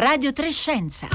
Radio 3 Scienza.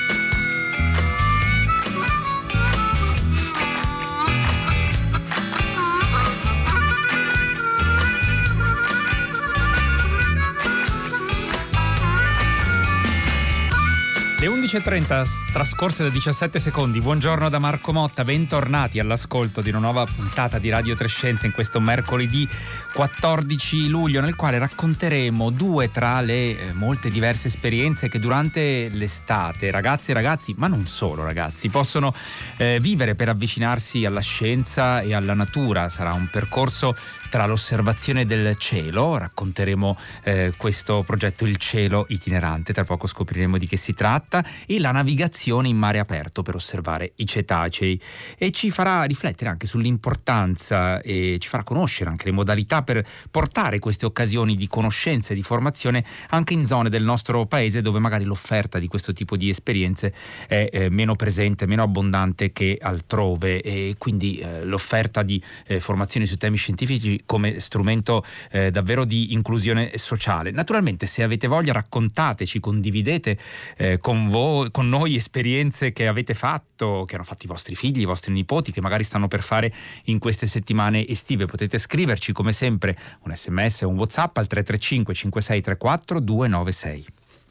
Le 11.30 trascorse da 17 secondi. Buongiorno da Marco Motta, bentornati all'ascolto di una nuova puntata di Radio 3 Scienze in questo mercoledì 14 luglio, nel quale racconteremo due tra le molte diverse esperienze che durante l'estate ragazze e ragazzi, ma non solo ragazzi, possono vivere per avvicinarsi alla scienza e alla natura. Sarà un percorso tra l'osservazione del cielo, racconteremo questo progetto Il Cielo Itinerante, tra poco scopriremo di che si tratta, e la navigazione in mare aperto per osservare i cetacei, e ci farà riflettere anche sull'importanza e ci farà conoscere anche le modalità per portare queste occasioni di conoscenza e di formazione anche in zone del nostro paese dove magari l'offerta di questo tipo di esperienze è meno presente, meno abbondante che altrove, e quindi l'offerta di formazioni su temi scientifici come strumento davvero di inclusione sociale. Naturalmente, se avete voglia, raccontateci, condividete con noi esperienze che avete fatto, che hanno fatto i vostri figli, i vostri nipoti, che magari stanno per fare in queste settimane estive. Potete scriverci come sempre un SMS o un WhatsApp al 335 5634 296.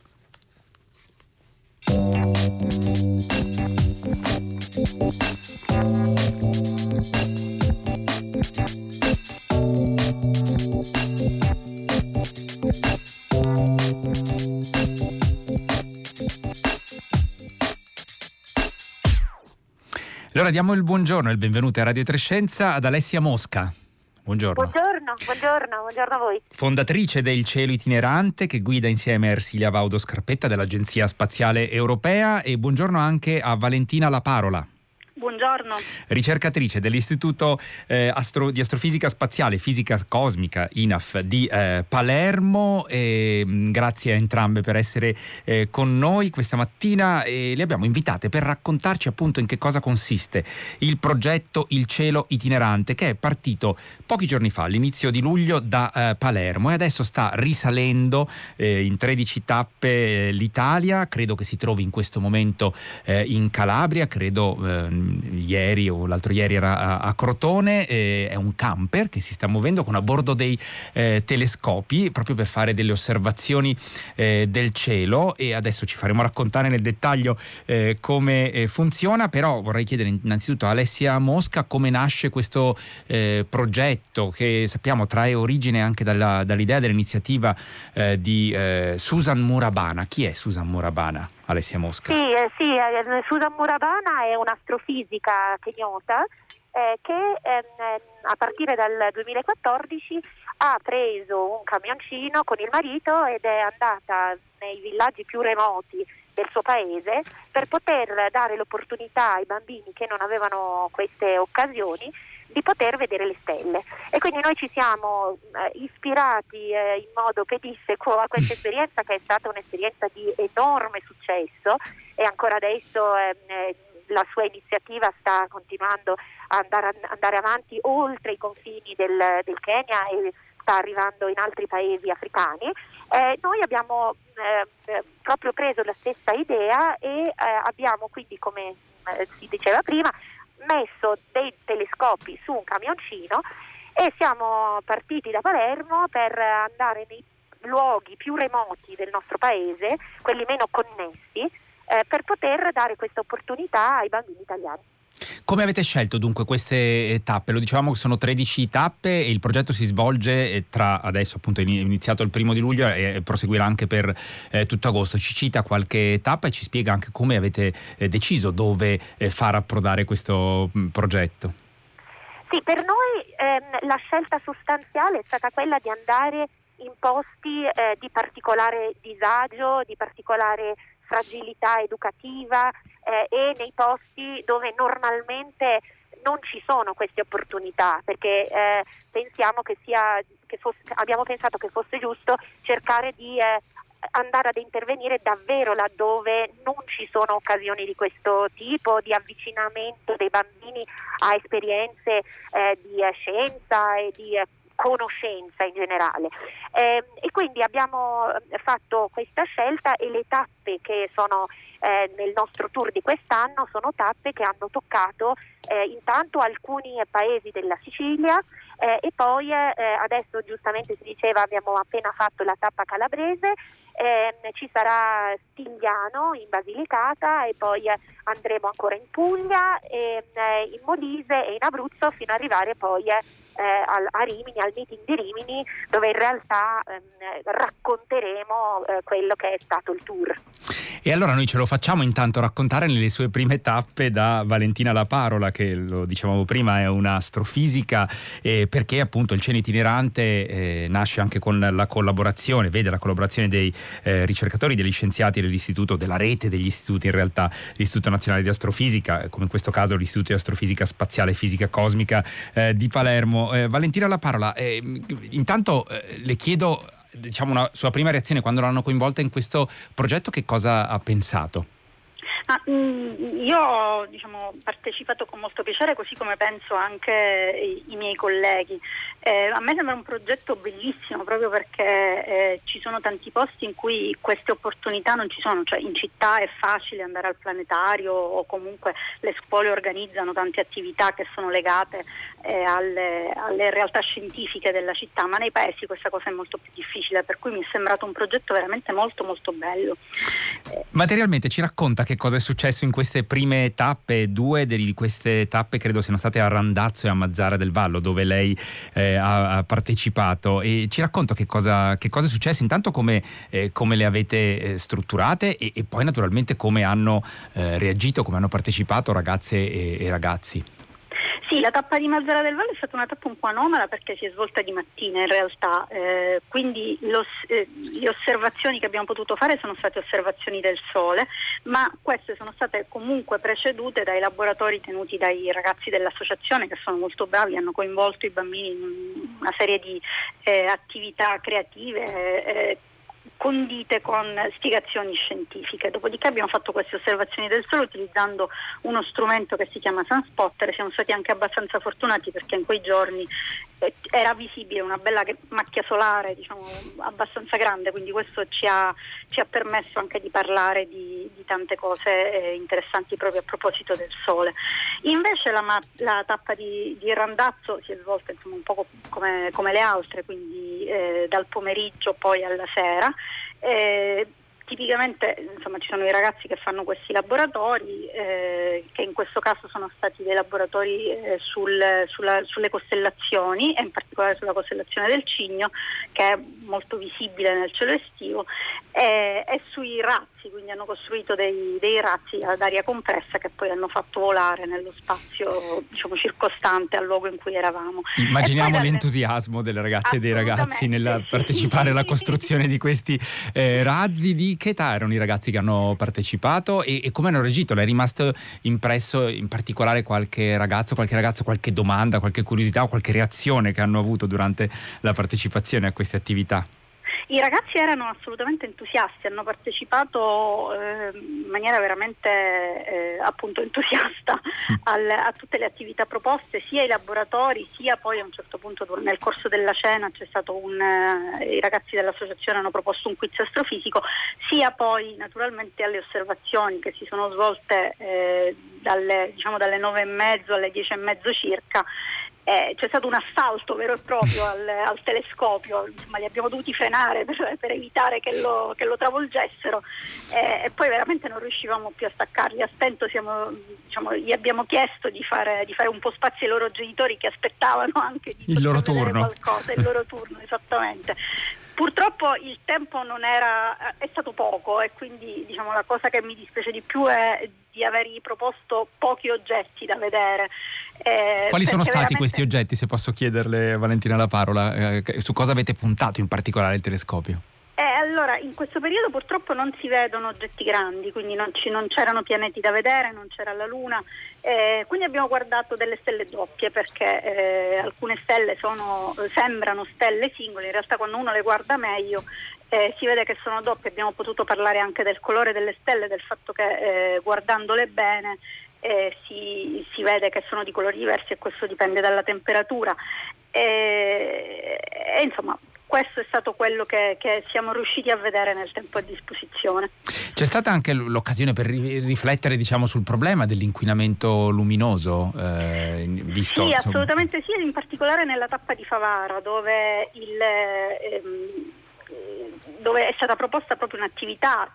Allora diamo il buongiorno e il benvenuto a Radio 3 Scienza ad Alessia Mosca. Buongiorno. Buongiorno a voi. Fondatrice del Cielo Itinerante, che guida insieme a Ersilia Vaudo Scarpetta dell'Agenzia Spaziale Europea, e buongiorno anche a Valentina La Parola. Buongiorno. Ricercatrice dell'Istituto di Astrofisica Spaziale, Fisica Cosmica, INAF di Palermo. Grazie a entrambe per essere con noi questa mattina, e le abbiamo invitate per raccontarci appunto in che cosa consiste il progetto Il Cielo Itinerante, che è partito pochi giorni fa, all'inizio di luglio, da Palermo, e adesso sta risalendo in 13 tappe l'Italia. Credo che si trovi in questo momento in Calabria, credo ieri o l'altro ieri era a Crotone. È un camper che si sta muovendo con a bordo dei telescopi proprio per fare delle osservazioni del cielo, e adesso ci faremo raccontare nel dettaglio come funziona. Però vorrei chiedere innanzitutto a Alessia Mosca come nasce questo progetto, che sappiamo trae origine anche dall'idea dell'iniziativa di Susan Murabana. Chi è Susan Murabana, Alessia Mosca? Sì, Susan Murabana è un'astrofisica kenyota che a partire dal 2014 ha preso un camioncino con il marito ed è andata nei villaggi più remoti del suo paese per poter dare l'opportunità ai bambini che non avevano queste occasioni di poter vedere le stelle. E quindi noi ci siamo ispirati in modo pedissequo a questa esperienza, che è stata un'esperienza di enorme successo, e ancora adesso la sua iniziativa sta continuando a andare avanti oltre i confini del Kenya e sta arrivando in altri paesi africani. Noi abbiamo proprio preso la stessa idea e abbiamo quindi, come si diceva prima, messo dei telescopi su un camioncino e siamo partiti da Palermo per andare nei luoghi più remoti del nostro paese, quelli meno connessi, per poter dare questa opportunità ai bambini italiani. Come avete scelto dunque queste tappe? Lo dicevamo che sono 13 tappe e il progetto si svolge tra adesso, appunto, è iniziato il 1 luglio e proseguirà anche per tutto agosto. Ci cita qualche tappa e ci spiega anche come avete deciso dove far approdare questo progetto. Sì, per noi la scelta sostanziale è stata quella di andare in posti di particolare disagio, di particolare fragilità educativa, e nei posti dove normalmente non ci sono queste opportunità, perché pensiamo abbiamo pensato che fosse giusto cercare di andare ad intervenire davvero laddove non ci sono occasioni di questo tipo, di avvicinamento dei bambini a esperienze di scienza e di conoscenza in generale. E quindi abbiamo fatto questa scelta, e le tappe che sono nel nostro tour di quest'anno sono tappe che hanno toccato intanto alcuni paesi della Sicilia, e poi adesso giustamente si diceva, abbiamo appena fatto la tappa calabrese, ci sarà Stigliano in Basilicata, e poi andremo ancora in Puglia, in Molise e in Abruzzo, fino ad arrivare poi a Rimini, al meeting di Rimini, dove in realtà racconteremo quello che è stato il tour. E allora noi ce lo facciamo intanto raccontare nelle sue prime tappe da Valentina La Parola, che lo dicevamo prima è un'astrofisica, perché appunto il Cielo Itinerante nasce anche con la collaborazione, vede la collaborazione dei ricercatori, degli scienziati dell'istituto, della rete degli istituti in realtà, l'Istituto Nazionale di Astrofisica, come in questo caso l'Istituto di Astrofisica Spaziale e Fisica Cosmica di Palermo. Valentina La Parola, intanto le chiedo, diciamo, una sua prima reazione quando l'hanno coinvolta in questo progetto, che cosa ha pensato? Io ho partecipato con molto piacere, così come penso anche i miei colleghi. A me sembra un progetto bellissimo, proprio perché ci sono tanti posti in cui queste opportunità non ci sono, cioè in città è facile andare al planetario, o comunque le scuole organizzano tante attività che sono legate alle realtà scientifiche della città, ma nei paesi questa cosa è molto più difficile, per cui mi è sembrato un progetto veramente molto molto bello. Materialmente ci racconta che cosa è successo in queste prime tappe? Due di queste tappe credo siano state a Randazzo e a Mazzara del Vallo, dove lei ha partecipato, e ci racconta che cosa è successo, intanto come le avete strutturate, e poi naturalmente come hanno reagito, come hanno partecipato ragazze e ragazzi. Sì, la tappa di Mazzara del Vallo è stata una tappa un po' anomala, perché si è svolta di mattina in realtà, quindi le osservazioni che abbiamo potuto fare sono state osservazioni del Sole, ma queste sono state comunque precedute dai laboratori tenuti dai ragazzi dell'associazione, che sono molto bravi, hanno coinvolto i bambini in una serie di attività creative condite con spiegazioni scientifiche. Dopodiché abbiamo fatto queste osservazioni del Sole utilizzando uno strumento che si chiama Sunspotter. Siamo stati anche abbastanza fortunati, perché in quei giorni era visibile una bella macchia solare, abbastanza grande, quindi questo ci ha permesso anche di parlare di tante cose interessanti proprio a proposito del Sole. Invece la tappa di Randazzo si è svolta un po' come le altre, quindi dal pomeriggio poi alla sera. Tipicamente ci sono i ragazzi che fanno questi laboratori, che in questo caso sono stati dei laboratori sulle costellazioni, e in particolare sulla costellazione del Cigno, che è molto visibile nel cielo estivo, e sui razzi, quindi hanno costruito dei razzi ad aria compressa che poi hanno fatto volare nello spazio circostante al luogo in cui eravamo. Immaginiamo l'entusiasmo delle ragazze e dei ragazzi nel partecipare alla costruzione di questi razzi. Di che età erano i ragazzi che hanno partecipato e come hanno reagito? Le è rimasto impresso in particolare qualche ragazzo, qualche domanda, qualche curiosità o qualche reazione che hanno avuto durante la partecipazione a queste attività? I ragazzi erano assolutamente entusiasti, hanno partecipato in maniera veramente appunto entusiasta a tutte le attività proposte, sia ai laboratori, sia poi a un certo punto nel corso della cena c'è stato i ragazzi dell'associazione hanno proposto un quiz astrofisico, sia poi naturalmente alle osservazioni che si sono svolte dalle 9:30 alle 10:30 circa. C'è stato un assalto vero e proprio al telescopio, li abbiamo dovuti frenare per evitare che lo travolgessero, e poi veramente non riuscivamo più a staccarli. A stento gli abbiamo chiesto di fare un po' spazio ai loro genitori, che aspettavano anche di il loro turno. Qualcosa, il loro turno, esattamente. Purtroppo il tempo è stato poco, e quindi la cosa che mi dispiace di più è di avergli proposto pochi oggetti da vedere. Quali sono stati questi oggetti, se posso chiederle, Valentina La Parola? Su cosa avete puntato in particolare il telescopio? Allora, in questo periodo purtroppo non si vedono oggetti grandi, quindi non c'erano pianeti da vedere, non c'era la Luna, quindi abbiamo guardato delle stelle doppie, perché alcune stelle sembrano stelle singole, in realtà quando uno le guarda meglio si vede che sono doppie. Abbiamo potuto parlare anche del colore delle stelle, del fatto che guardandole bene si vede che sono di colori diversi, e questo dipende dalla temperatura. e insomma questo è stato quello che siamo riusciti a vedere nel tempo a disposizione. C'è stata anche l'occasione per riflettere, diciamo, sul problema dell'inquinamento luminoso, visto? Sì, assolutamente sì, in particolare nella tappa di Favara, dove è stata proposta proprio un'attività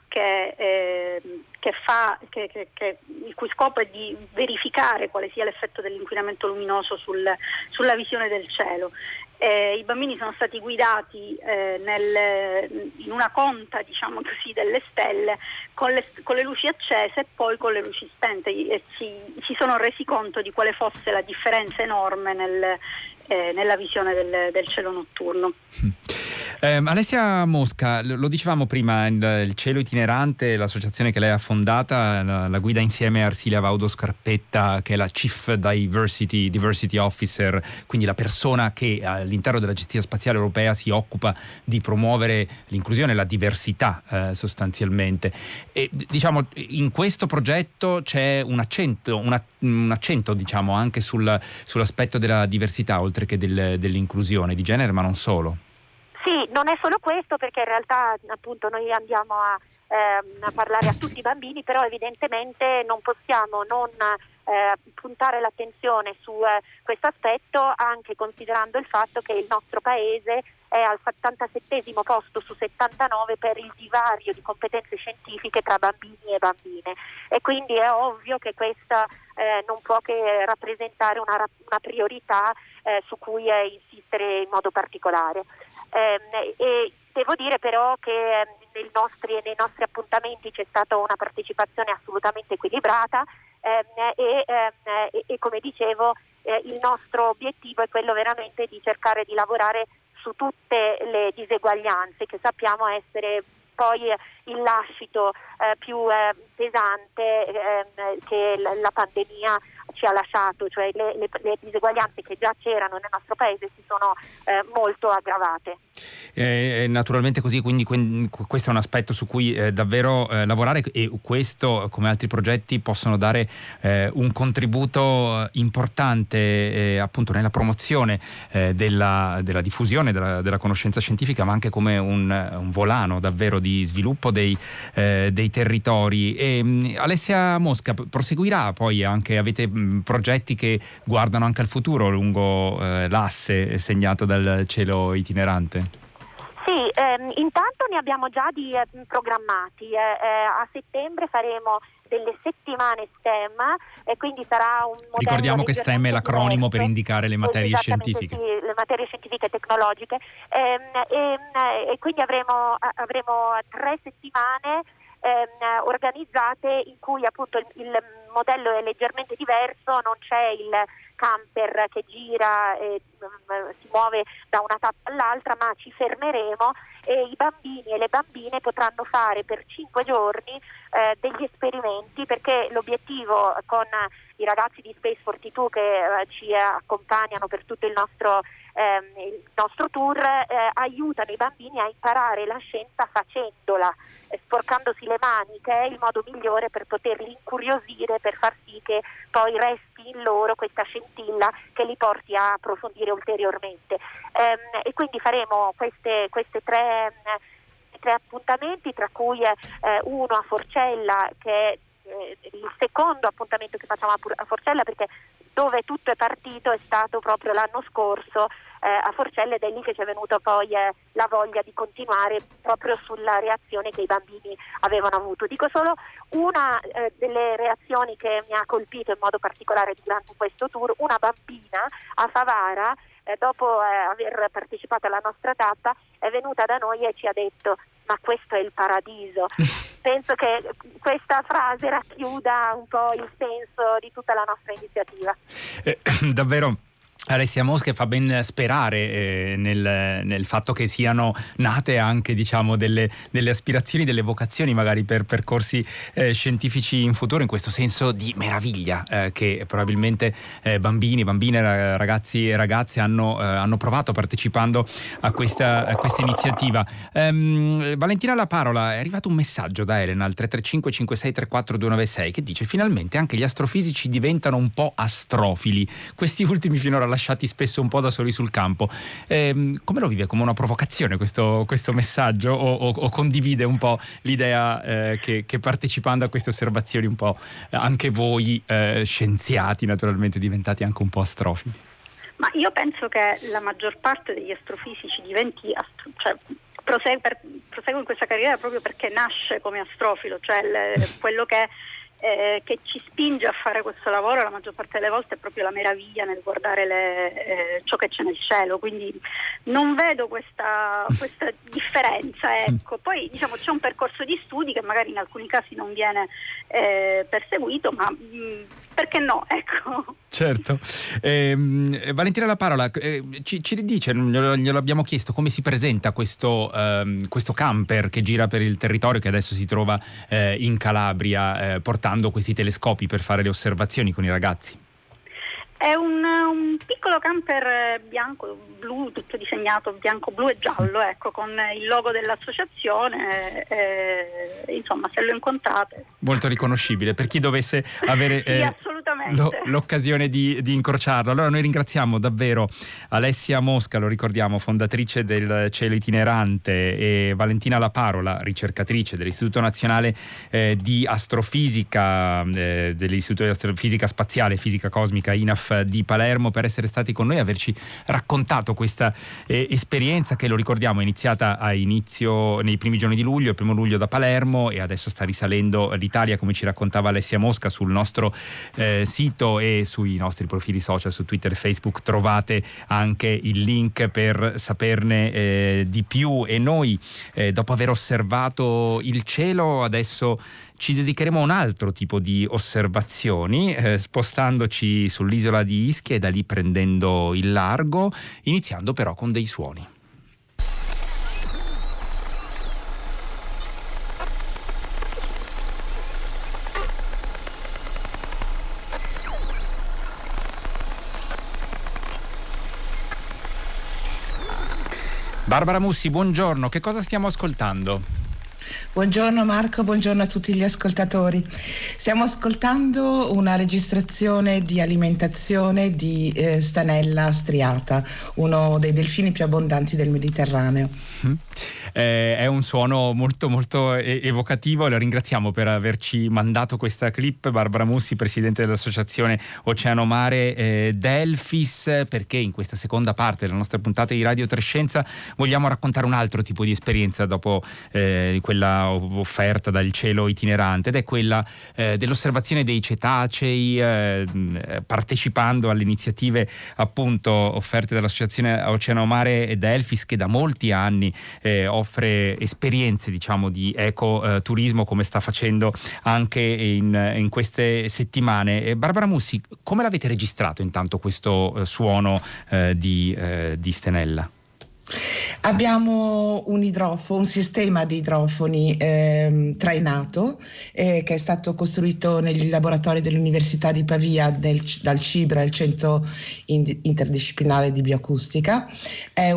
il cui scopo è di verificare quale sia l'effetto dell'inquinamento luminoso sulla visione del cielo. I bambini sono stati guidati in una conta, diciamo così, delle stelle con le luci accese e poi con le luci spente, e si sono resi conto di quale fosse la differenza enorme nella visione del cielo notturno. Alessia Mosca, lo dicevamo prima, il Cielo Itinerante, l'associazione che lei ha fondata, la guida insieme a Arsilia Vaudo Scarpetta, che è la Chief Diversity Officer, quindi la persona che all'interno dell'Agenzia Spaziale Europea si occupa di promuovere l'inclusione e la diversità, sostanzialmente. E diciamo, in questo progetto c'è un accento diciamo anche sull'aspetto della diversità, oltre che dell'inclusione di genere, ma non solo. Sì, non è solo questo, perché in realtà appunto noi andiamo a parlare a tutti i bambini, però evidentemente non possiamo non puntare l'attenzione su questo aspetto, anche considerando il fatto che il nostro paese è al 77° posto su 79 per il divario di competenze scientifiche tra bambini e bambine, e quindi è ovvio che questa non può che rappresentare una priorità su cui insistere in modo particolare. E devo dire però che nei nostri appuntamenti c'è stata una partecipazione assolutamente equilibrata, e come dicevo il nostro obiettivo è quello veramente di cercare di lavorare su tutte le diseguaglianze che sappiamo essere poi il lascito più pesante che la pandemia ci ha lasciato, cioè le diseguaglianze che già c'erano nel nostro paese si sono molto aggravate. Naturalmente così, quindi questo è un aspetto su cui davvero lavorare, e questo, come altri progetti, possono dare un contributo importante appunto nella promozione della diffusione della conoscenza scientifica, ma anche come un volano davvero di sviluppo dei territori. E Alessia Mosca, proseguirà poi anche, avete progetti che guardano anche al futuro lungo l'asse segnato dal Cielo Itinerante? Sì, intanto ne abbiamo già di programmati. A settembre faremo delle settimane STEM, e quindi sarà un modello. Ricordiamo che STEM è l'acronimo per indicare le materie scientifiche. Sì, le materie scientifiche e tecnologiche, e quindi avremo 3 settimane organizzate in cui appunto il modello è leggermente diverso, non c'è il camper che gira e si muove da una tappa all'altra, ma ci fermeremo e i bambini e le bambine potranno fare per 5 giorni degli esperimenti, perché l'obiettivo con i ragazzi di Space 42 che ci accompagnano per tutto il nostro tour, aiutano i bambini a imparare la scienza facendola, sporcandosi le mani, che è il modo migliore per poterli incuriosire, per far sì che poi resti in loro questa scintilla che li porti a approfondire ulteriormente. E quindi faremo queste tre appuntamenti, tra cui uno a Forcella, che è il secondo appuntamento che facciamo a Forcella, perché dove tutto è partito è stato proprio l'anno scorso a Forcella, ed è lì che ci è venuta poi la voglia di continuare proprio sulla reazione che i bambini avevano avuto. Dico solo una delle reazioni che mi ha colpito in modo particolare durante questo tour: una bambina a Favara, dopo aver partecipato alla nostra tappa, è venuta da noi e ci ha detto: ma questo è il paradiso. Penso che questa frase racchiuda un po' il senso di tutta la nostra iniziativa. Davvero, Alessia Mosca, fa ben sperare nel fatto che siano nate anche, diciamo, delle aspirazioni, delle vocazioni magari per percorsi scientifici in futuro, in questo senso di meraviglia che probabilmente bambini, bambine, ragazzi e ragazze hanno provato partecipando a questa iniziativa. Valentina La Parola, è arrivato un messaggio da Elena al 335 5634 296 che dice: finalmente anche gli astrofisici diventano un po' astrofili, questi ultimi finora lasciati spesso un po' da soli sul campo. Come lo vive? Come una provocazione questo messaggio o condivide un po' l'idea che partecipando a queste osservazioni un po' anche voi scienziati naturalmente diventati anche un po' astrofili? Ma io penso che la maggior parte degli astrofisici diventi prosegue in questa carriera proprio perché nasce come astrofilo, cioè quello che ci spinge a fare questo lavoro la maggior parte delle volte è proprio la meraviglia nel guardare ciò che c'è nel cielo, quindi non vedo questa differenza, ecco. Poi diciamo c'è un percorso di studi che magari in alcuni casi non viene perseguito, ma perché no, ecco. Certo. Valentina La Parola, ci dice, glielo abbiamo chiesto, come si presenta questo camper che gira per il territorio, che adesso si trova in Calabria, portando questi telescopi per fare le osservazioni con i ragazzi? È un piccolo camper bianco-blu, tutto disegnato bianco, blu e giallo, ecco, con il logo dell'associazione, insomma, se lo incontrate. Molto riconoscibile per chi dovesse avere sì, assolutamente. L'occasione di incrociarlo. Allora noi ringraziamo davvero Alessia Mosca, lo ricordiamo, fondatrice del Cielo Itinerante, e Valentina La Parola, ricercatrice dell'Istituto Nazionale di Astrofisica, dell'Istituto di Astrofisica Spaziale e Fisica Cosmica INAF di Palermo, per essere stati con noi e averci raccontato questa esperienza che, lo ricordiamo, è iniziata nei primi giorni di luglio, il 1° luglio da Palermo, e adesso sta risalendo l'Italia, come ci raccontava Alessia Mosca. Sul nostro sito e sui nostri profili social su Twitter e Facebook trovate anche il link per saperne di più. E noi dopo aver osservato il cielo adesso ci dedicheremo a un altro tipo di osservazioni, spostandoci sull'isola di Ischia e da lì prendendo il largo, iniziando però con dei suoni. Barbara Mussi, buongiorno, che cosa stiamo ascoltando? Buongiorno Marco, buongiorno a tutti gli ascoltatori. Stiamo ascoltando una registrazione di alimentazione di stanella striata, uno dei delfini più abbondanti del Mediterraneo. È un suono molto molto evocativo. La ringraziamo per averci mandato questa clip, Barbara Mussi, presidente dell'associazione Oceano Mare Delfis, perché in questa seconda parte della nostra puntata di Radio Trescenza vogliamo raccontare un altro tipo di esperienza dopo quella offerta dal Cielo Itinerante, ed è quella dell'osservazione dei cetacei, partecipando alle iniziative appunto offerte dall'associazione Oceano Mare Delfis, che da molti anni offre esperienze, diciamo, di ecoturismo, come sta facendo anche in queste settimane. Barbara Mussi, come l'avete registrato intanto questo suono di stenella? Abbiamo un sistema di idrofoni trainato che è stato costruito negli laboratori dell'Università di Pavia dal CIBRA, il Centro Interdisciplinare di Bioacustica. È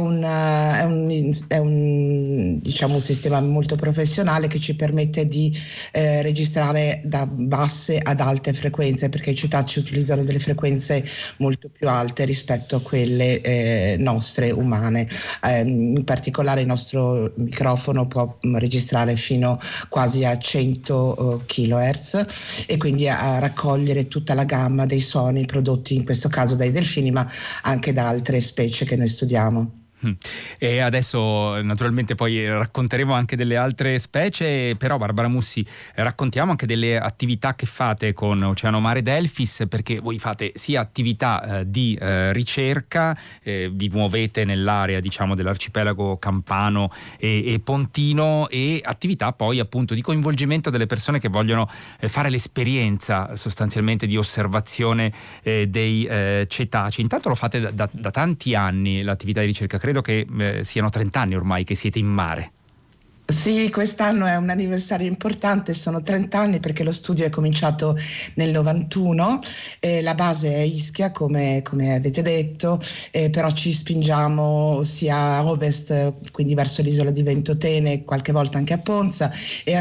un diciamo un sistema molto professionale che ci permette di registrare da basse ad alte frequenze, perché i cetacei utilizzano delle frequenze molto più alte rispetto a quelle nostre umane. In particolare il nostro microfono può registrare fino quasi a 100 kHz e quindi a raccogliere tutta la gamma dei suoni prodotti in questo caso dai delfini, ma anche da altre specie che noi studiamo. E adesso naturalmente poi racconteremo anche delle altre specie, però Barbara Mussi, raccontiamo anche delle attività che fate con Oceano Mare Delfis, perché voi fate sia attività di ricerca, vi muovete nell'area, diciamo, dell'arcipelago campano e pontino, e attività poi appunto di coinvolgimento delle persone che vogliono fare l'esperienza sostanzialmente di osservazione dei cetacei. Intanto lo fate da tanti anni, l'attività di ricerca, credo che siano 30 anni ormai che siete in mare. Sì, quest'anno è un anniversario importante, sono 30 anni perché lo studio è cominciato nel 91, la base è Ischia come avete detto, però ci spingiamo sia a ovest, quindi verso l'isola di Ventotene, qualche volta anche a Ponza, e a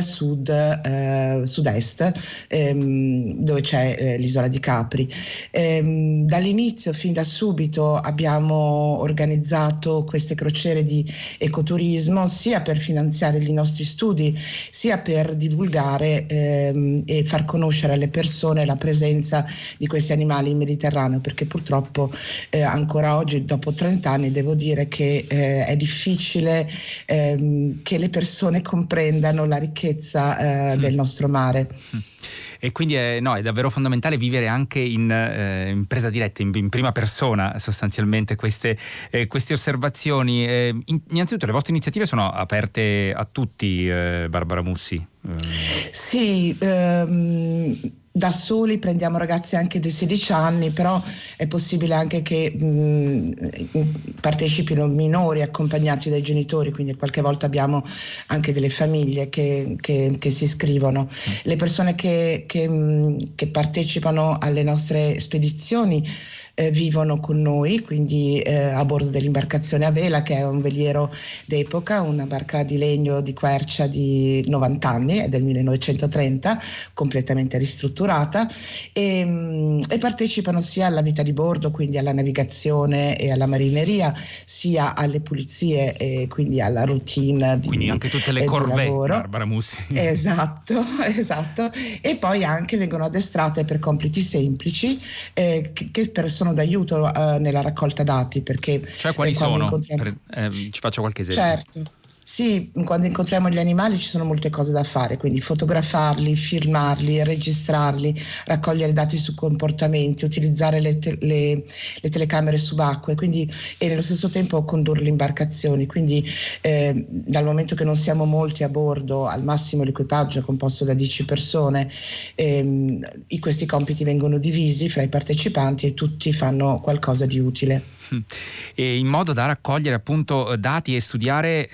sud-est, dove c'è l'isola di Capri. Dall'inizio, fin da subito, abbiamo organizzato queste crociere di ecoturismo sia per finanziare i nostri studi, sia per divulgare e far conoscere alle persone la presenza di questi animali in Mediterraneo, perché purtroppo ancora oggi, dopo 30 anni, devo dire che è difficile che le persone comprendano la ricchezza del nostro mare. E quindi è davvero fondamentale vivere anche in presa diretta, in prima persona sostanzialmente queste osservazioni. Innanzitutto le vostre iniziative sono aperte a tutti, Barbara Mussi? Sì, da soli prendiamo ragazzi anche di 16 anni, però è possibile anche che partecipino minori accompagnati dai genitori, quindi qualche volta abbiamo anche delle famiglie che si iscrivono. Le persone che partecipano alle nostre spedizioni vivono con noi, quindi a bordo dell'imbarcazione a vela, che è un veliero d'epoca, una barca di legno di quercia di 90 anni, è del 1930, completamente ristrutturata, e partecipano sia alla vita di bordo, quindi alla navigazione e alla marineria, sia alle pulizie e quindi alla routine quindi anche tutte le corvée, Barbara Mussi. Esatto, e poi anche vengono addestrate per compiti semplici che sono d'aiuto nella raccolta dati, perché cioè quali sono? Ci faccio qualche esempio. Certo. Sì, quando incontriamo gli animali ci sono molte cose da fare, quindi fotografarli, filmarli, registrarli, raccogliere dati su comportamenti, utilizzare le telecamere subacquee, e nello stesso tempo condurre le imbarcazioni. Quindi dal momento che non siamo molti a bordo, al massimo l'equipaggio è composto da 10 persone, questi compiti vengono divisi fra i partecipanti e tutti fanno qualcosa di utile. E in modo da raccogliere appunto dati e studiare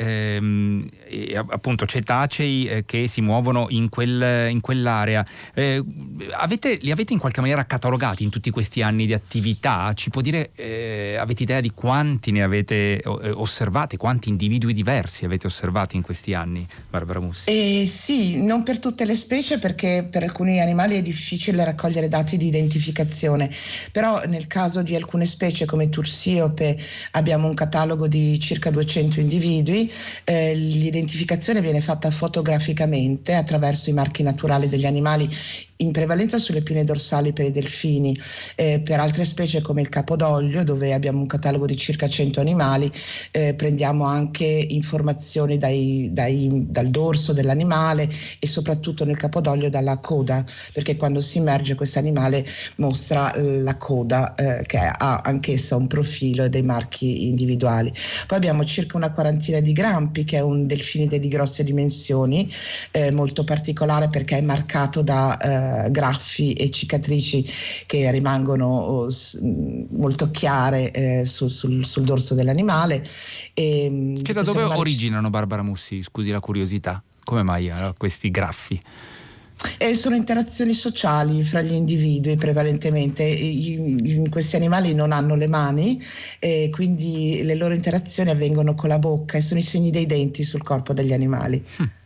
appunto cetacei che si muovono in quell'area. Li avete in qualche maniera catalogati in tutti questi anni di attività? Ci può dire, avete idea di quanti ne avete osservati, quanti individui diversi avete osservati in questi anni, Barbara Mussi? Sì, non per tutte le specie, perché per alcuni animali è difficile raccogliere dati di identificazione, però nel caso di alcune specie come Tursiope abbiamo un catalogo di circa 200 individui. L'identificazione viene fatta fotograficamente attraverso i marchi naturali degli animali, in prevalenza sulle pinne dorsali per i delfini. Per altre specie come il capodoglio, dove abbiamo un catalogo di circa 100 animali, prendiamo anche informazioni dal dorso dell'animale e soprattutto nel capodoglio dalla coda, perché quando si immerge questo animale mostra la coda che ha anch'essa un profilo e dei marchi individuali. Poi abbiamo circa una quarantina di grampi, che è un delfinide di grosse dimensioni, molto particolare perché è marcato da graffi e cicatrici che rimangono molto chiare sul dorso dell'animale. Che da dove originano, Barbara Mussi? Scusi la curiosità, come mai questi graffi? Sono interazioni sociali fra gli individui prevalentemente. Questi animali non hanno le mani, quindi le loro interazioni avvengono con la bocca e sono i segni dei denti sul corpo degli animali.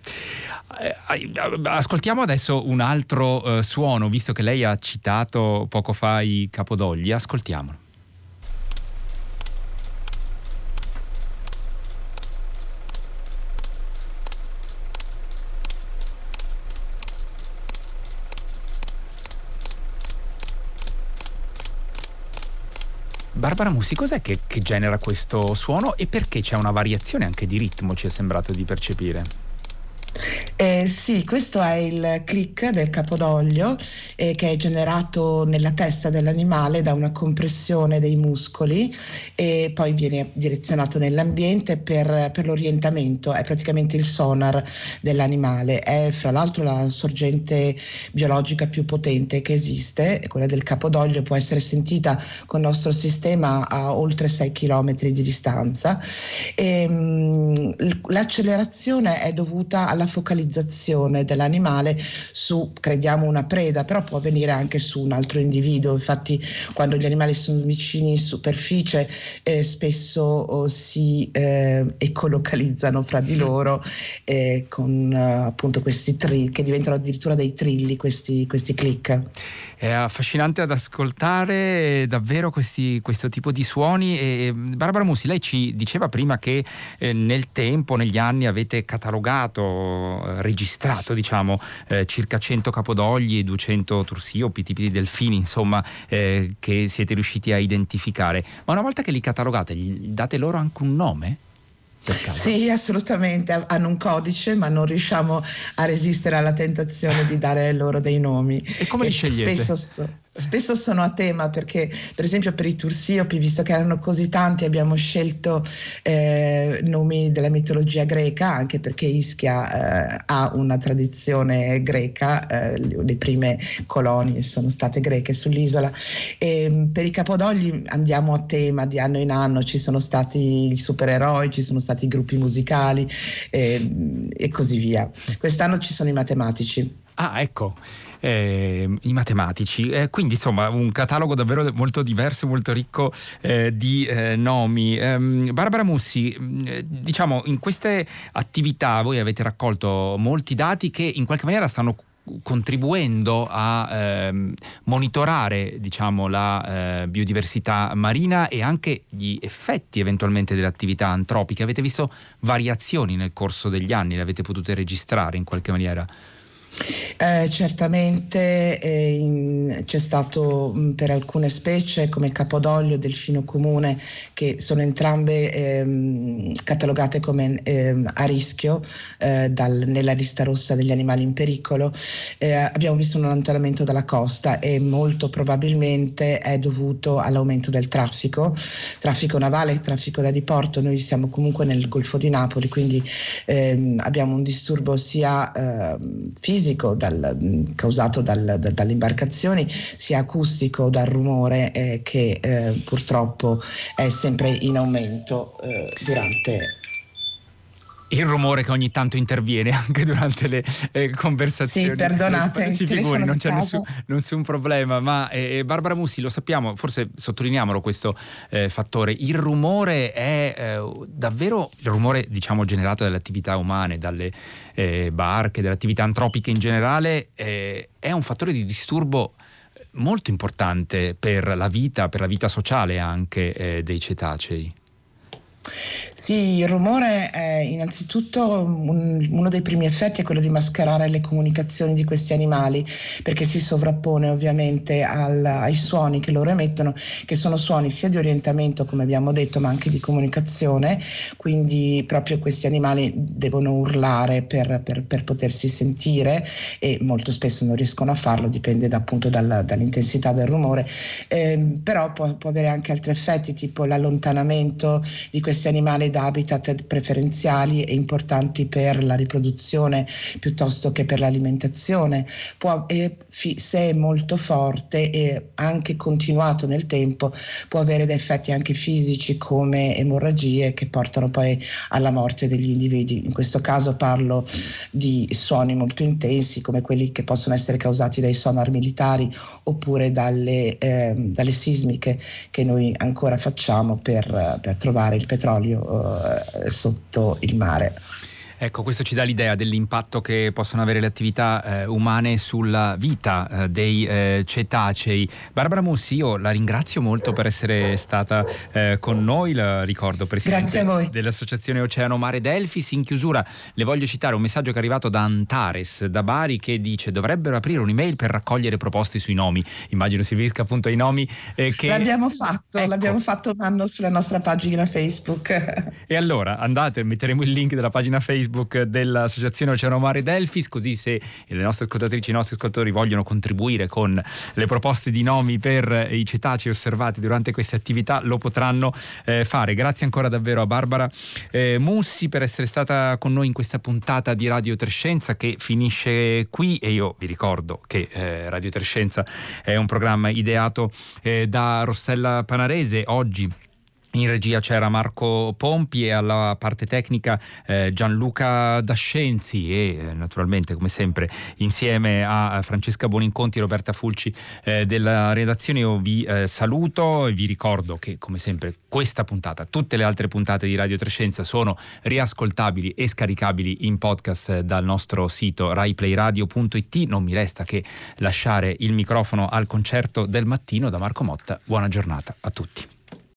Ascoltiamo adesso un altro suono, visto che lei ha citato poco fa i capodogli. Ascoltiamolo. Barbara Mussi, cos'è che genera questo suono e perché c'è una variazione anche di ritmo, ci è sembrato di percepire? Sì, questo è il click del capodoglio che è generato nella testa dell'animale da una compressione dei muscoli e poi viene direzionato nell'ambiente per l'orientamento. È praticamente il sonar dell'animale. È fra l'altro la sorgente biologica più potente che esiste, quella del capodoglio. Può essere sentita con il nostro sistema a oltre 6 km di distanza. L'accelerazione è dovuta alla focalizzazione dell'animale su, crediamo, una preda, però può avvenire anche su un altro individuo. Infatti quando gli animali sono vicini in superficie spesso si ecolocalizzano fra di loro con appunto questi che diventano addirittura dei trilli, questi click. È affascinante ad ascoltare davvero questo tipo di suoni. E Barbara Mussi, lei ci diceva prima che nel tempo, negli anni, avete catalogato, registrato circa 100 capodogli e 200 tursiopi, tipi di delfini, insomma, che siete riusciti a identificare. Ma una volta che li catalogate, gli date loro anche un nome? Sì, assolutamente, hanno un codice, ma non riusciamo a resistere alla tentazione di dare loro dei nomi. E come li scegliete? Spesso sono a tema, perché per esempio per i tursiopi, visto che erano così tanti, abbiamo scelto nomi della mitologia greca, anche perché Ischia ha una tradizione greca, le prime colonie sono state greche sull'isola. E per i capodogli andiamo a tema di anno in anno, ci sono stati i supereroi, ci sono stati i gruppi musicali e così via. Quest'anno ci sono i matematici. Ah, ecco. I matematici, quindi insomma un catalogo davvero molto diverso, molto ricco di nomi. Barbara Mussi, diciamo, in queste attività voi avete raccolto molti dati che in qualche maniera stanno contribuendo a monitorare, diciamo, la biodiversità marina e anche gli effetti eventualmente delle attività antropiche. Avete visto variazioni nel corso degli anni? Le avete potute registrare in qualche maniera? Certamente c'è stato per alcune specie come capodoglio, delfino comune, che sono entrambe catalogate come a rischio nella lista rossa degli animali in pericolo. Abbiamo visto un allontanamento dalla costa e molto probabilmente è dovuto all'aumento del traffico navale, traffico da diporto. Noi siamo comunque nel Golfo di Napoli, quindi abbiamo un disturbo sia fisico causato dalle imbarcazioni, sia acustico dal rumore che purtroppo è sempre in aumento durante il rumore che ogni tanto interviene anche durante le conversazioni. Sì, perdonate. Si figuri, non c'è nessun problema. Ma Barbara Mussi, lo sappiamo, forse sottolineiamolo questo fattore. Il rumore è davvero il rumore, diciamo, generato dalle attività umane, dalle barche, dalle attività antropiche in generale, è un fattore di disturbo molto importante per la vita sociale anche dei cetacei. Sì, il rumore è innanzitutto uno dei primi effetti è quello di mascherare le comunicazioni di questi animali, perché si sovrappone ovviamente ai suoni che loro emettono, che sono suoni sia di orientamento, come abbiamo detto, ma anche di comunicazione. Quindi proprio questi animali devono urlare per potersi sentire, e molto spesso non riescono a farlo, dipende appunto dall'intensità del rumore, però può avere anche altri effetti, tipo l'allontanamento di questi animali da habitat preferenziali e importanti per la riproduzione piuttosto che per l'alimentazione. Se è molto forte e anche continuato nel tempo, può avere dei effetti anche fisici come emorragie che portano poi alla morte degli individui. In questo caso parlo di suoni molto intensi come quelli che possono essere causati dai sonar militari oppure dalle sismiche che noi ancora facciamo per trovare il petrolio sotto il mare. Ecco, questo ci dà l'idea dell'impatto che possono avere le attività umane sulla vita dei cetacei. Barbara Mussi, io la ringrazio molto per essere stata con noi, la ricordo presidente dell'associazione Oceano Mare Delfis. In chiusura le voglio citare un messaggio che è arrivato da Antares, da Bari, che dice: dovrebbero aprire un'email per raccogliere proposte sui nomi. Immagino si riferisca appunto ai nomi che... L'abbiamo fatto un anno sulla nostra pagina Facebook. E allora andate, metteremo il link della pagina Facebook Facebook dell'Associazione Oceano Mare Delfis, così se le nostre ascoltatrici e i nostri ascoltatori vogliono contribuire con le proposte di nomi per i cetacei osservati durante queste attività lo potranno fare. Grazie ancora davvero a Barbara Mussi per essere stata con noi in questa puntata di Radio Trescenza che finisce qui, e io vi ricordo che Radio Trescenza è un programma ideato da Rossella Panarese. Oggi in regia c'era Marco Pompi e alla parte tecnica Gianluca Dascenzi, e naturalmente come sempre insieme a Francesca Buoninconti e Roberta Fulci della redazione io vi saluto e vi ricordo che come sempre questa puntata, tutte le altre puntate di Radio Trescenza sono riascoltabili e scaricabili in podcast dal nostro sito raiplayradio.it. Non mi resta che lasciare il microfono al concerto del mattino da Marco Motta. Buona giornata a tutti.